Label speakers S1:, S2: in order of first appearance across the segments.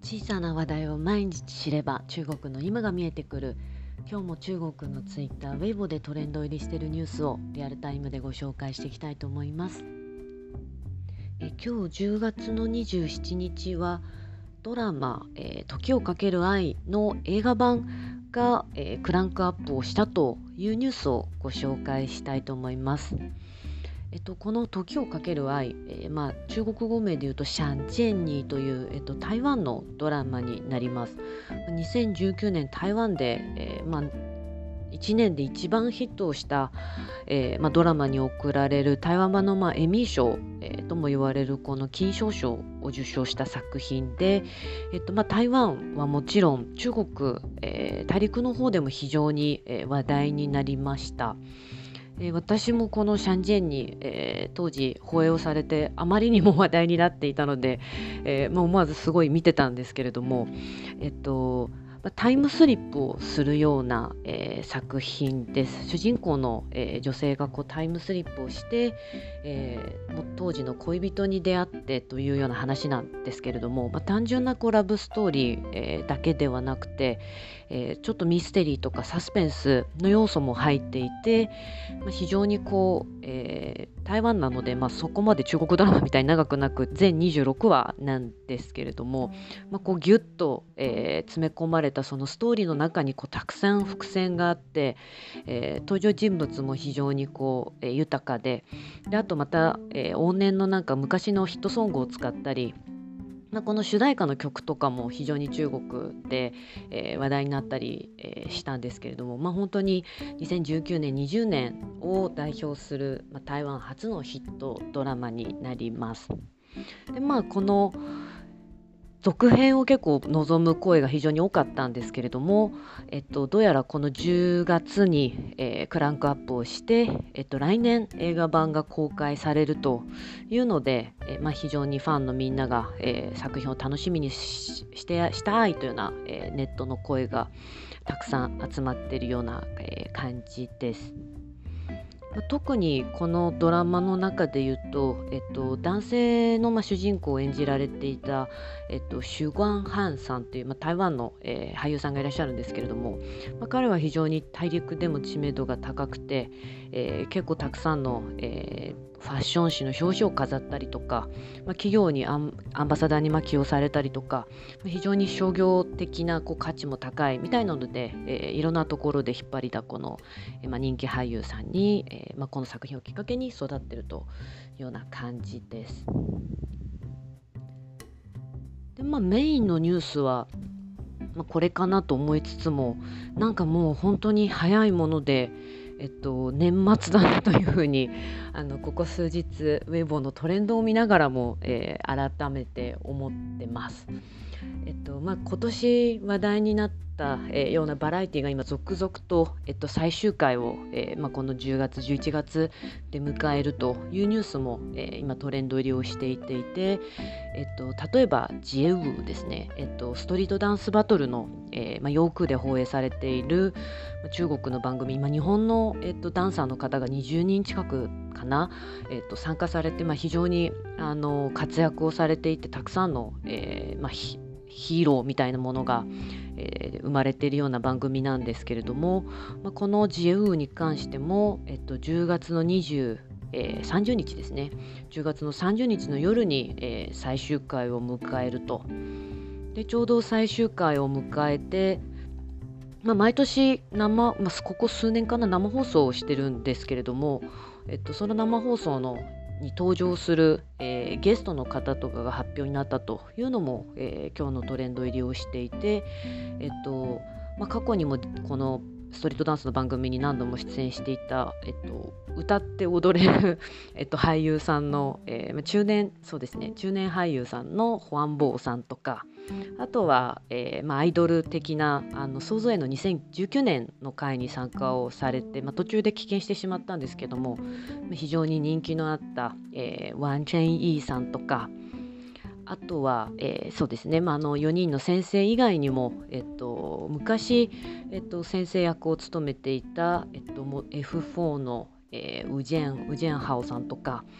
S1: 小さな話題を毎日知れば中国の今が見えてくる。今日も中国のツイッター、ウェイボでトレンド入りしているニュースをリアルタイムでご紹介していきたいと思います。今日10月の27日はドラマ、時をかける愛の映画版が、クランクアップをしたというニュースをご紹介したいと思います。この時をかける愛、中国語名で言うとシャンジェンニーという、台湾のドラマになります。2019年台湾で、1年で一番ヒットをした、ドラマに贈られる台湾版の、エミー賞、とも言われるこの金賞賞を受賞した作品で、台湾はもちろん中国、大陸の方でも非常に、話題になりました。私もこのシャンジェンに、当時放映をされてあまりにも話題になっていたので、思わずすごい見てたんですけれども、タイムスリップをするような、作品です。主人公の、女性がタイムスリップをして、もう当時の恋人に出会ってというような話なんですけれども、単純なラブストーリー、だけではなくて、ちょっとミステリーとかサスペンスの要素も入っていて、非常に台湾なので、そこまで中国ドラマみたいに長くなく全26話なんですけれども、ギュッと、詰め込まれたそのストーリーの中にたくさん伏線があって、登場人物も非常に豊かで、あとまた、往年の昔のヒットソングを使ったり、この主題歌の曲とかも非常に中国で、話題になったり、したんですけれども、本当に2019年20年を代表する、台湾初のヒットドラマになります。でこの続編を結構望む声が非常に多かったんですけれども、どうやらこの10月に、クランクアップをして、来年映画版が公開されるというので、非常にファンのみんなが、作品を楽しみにしたいというような、ネットの声がたくさん集まっているような、感じです。特にこのドラマの中で言うと、男性の、主人公を演じられていた、シュ・グァン・ハンさんという、台湾の、俳優さんがいらっしゃるんですけれども、彼は非常に大陸でも知名度が高くて、結構たくさんの、ファッション誌の表紙を飾ったりとか、企業にアンバサダーに起用されたりとか、非常に商業的な価値も高いみたいなので、いろんなところで引っ張りだこの、人気俳優さんに、この作品をきっかけに育っているというような感じです。で、メインのニュースは、これかなと思いつつも、もう本当に早いもので、年末だなというふうにここ数日ウェイボーのトレンドを見ながらも、改めて思ってます。今年話題になった、ようなバラエティが今続々と、最終回を、この10月11月で迎えるというニュースも、今トレンド入りをしていて、例えばジエウーですね、ストリートダンスバトルの、ヨークで放映されている中国の番組、今日本の、ダンサーの方が20人近くかな、参加されて、非常に活躍をされていて、たくさんの、ヒーローみたいなものが、生まれているような番組なんですけれども、このジエウーに関しても、10月の30日ですね、10月の30日の夜に、最終回を迎えると。でちょうど最終回を迎えて、毎年ここ数年かな、生放送をしてるんですけれども、その生放送に登場する、ゲストの方とかが発表になったというのも、今日のトレンド入りをしていて、過去にもこのストリートダンスの番組に何度も出演していた、歌って踊れる俳優さんの、中年俳優さんのホアンボーさんとか、あとは、アイドル的な創造園の2019年の回に参加をされて、途中で棄権してしまったんですけども、非常に人気のあった、ワン・チェン・イーさんとか、あとは、そうですね、4人の先生以外にも、昔、先生役を務めていた、F4 の、ウジェンハオさんとか、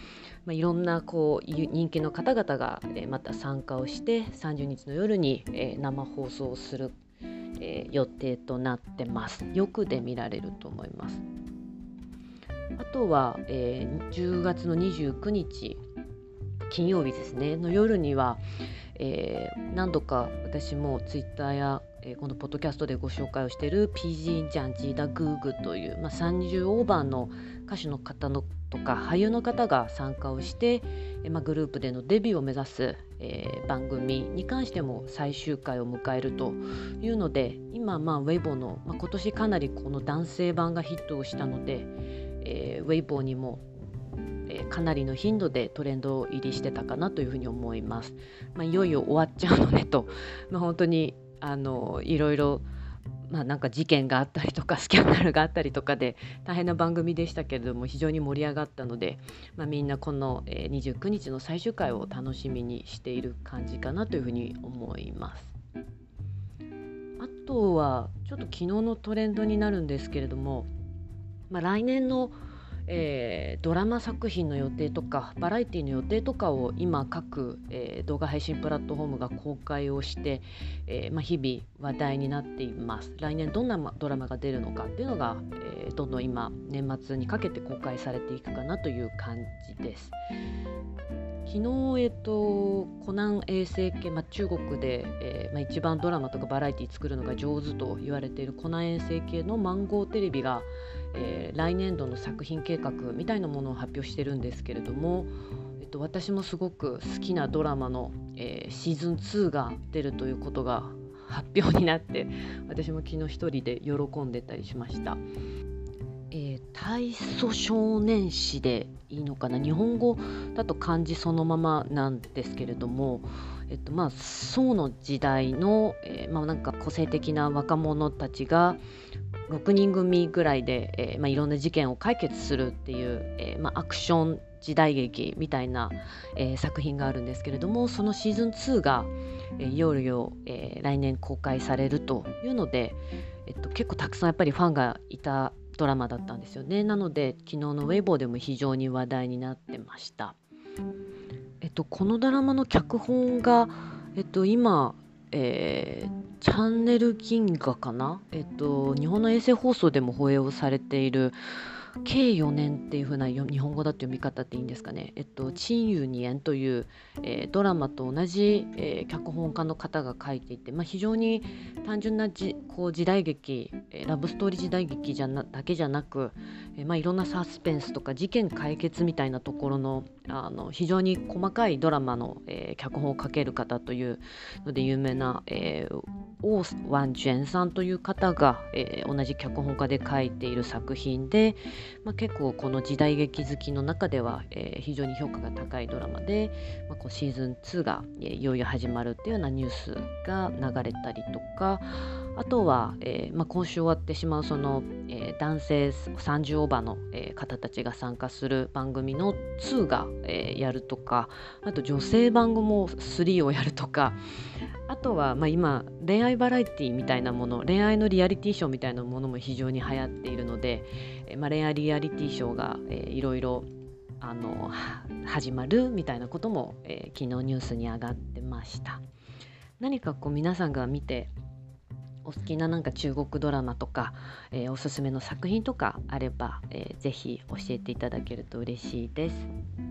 S1: いろんな人気の方々が、また参加をして30日の夜に、生放送をする、予定となってます。よくで見られると思います。あとは、10月の29日金曜日ですねの夜には、何度か私もツイッターや、このポッドキャストでご紹介をしている PG ジャンジーダグーグという、30オーバーの歌手の方のとか俳優の方が参加をして、グループでのデビューを目指す、番組に関しても最終回を迎えるというので、今ウェイボーの、今年かなりこの男性版がヒットをしたので、ウェイボーにもかなりの頻度でトレンド入りしてたかなというふうに思います。いよいよ終わっちゃうのねと、本当にいろいろなんか事件があったりとかスキャンダルがあったりとかで大変な番組でしたけれども、非常に盛り上がったので、みんなこの29日の最終回を楽しみにしている感じかなというふうに思います。あとはちょっと昨日のトレンドになるんですけれども、来年のドラマ作品の予定とかバラエティの予定とかを今各、動画配信プラットフォームが公開をして、日々話題になっています。来年どんなドラマが出るのかっていうのが、どんどん今年末にかけて公開されていくかなという感じです。昨日、コナン衛星系、中国で、一番ドラマとかバラエティ作るのが上手と言われているコナン衛星系のマンゴーテレビが、来年度の作品計画みたいなものを発表してるんですけれども、私もすごく好きなドラマの、シーズン2が出るということが発表になって、私も昨日一人で喜んでたりしました。大祖少年誌でいいのかな、日本語だと漢字そのままなんですけれども、宋の時代の、なんか個性的な若者たちが6人組ぐらいで、いろんな事件を解決するっていう、アクション時代劇みたいな、作品があるんですけれども、そのシーズン2が、いよいよ、来年公開されるというので、結構たくさんやっぱりファンがいたドラマだったんですよね。なので昨日のウェイボーでも非常に話題になってました。このドラマの脚本が、今、チャンネル銀河かな、日本の衛星放送でも放映をされている計4年っていう風な日本語だと読み方っていいんですかね。陳友二円という、ドラマと同じ、脚本家の方が書いていて、非常に単純な時代劇、ラブストーリー時代劇だけじゃなく、いろんなサスペンスとか事件解決みたいなところの、非常に細かいドラマの、脚本を書ける方というので有名な、王ワンジェンさんという方が、同じ脚本家で書いている作品で、結構この時代劇好きの中では、非常に評価が高いドラマで、シーズン2が、いよいよ始まるっていうようなニュースが流れたりとか、あとは、今週終わってしまうその、男性30オーバーの、方たちが参加する番組の2が、やるとか、あと女性番組も3をやるとか、あとは、今恋愛バラエティみたいなもの、恋愛のリアリティショーみたいなものも非常に流行っているので、恋愛リアリティショーが、いろいろ始まるみたいなことも、昨日ニュースに上がってました。何か皆さんが見てお好きななんか中国ドラマとか、おすすめの作品とかあれば、ぜひ教えていただけると嬉しいです。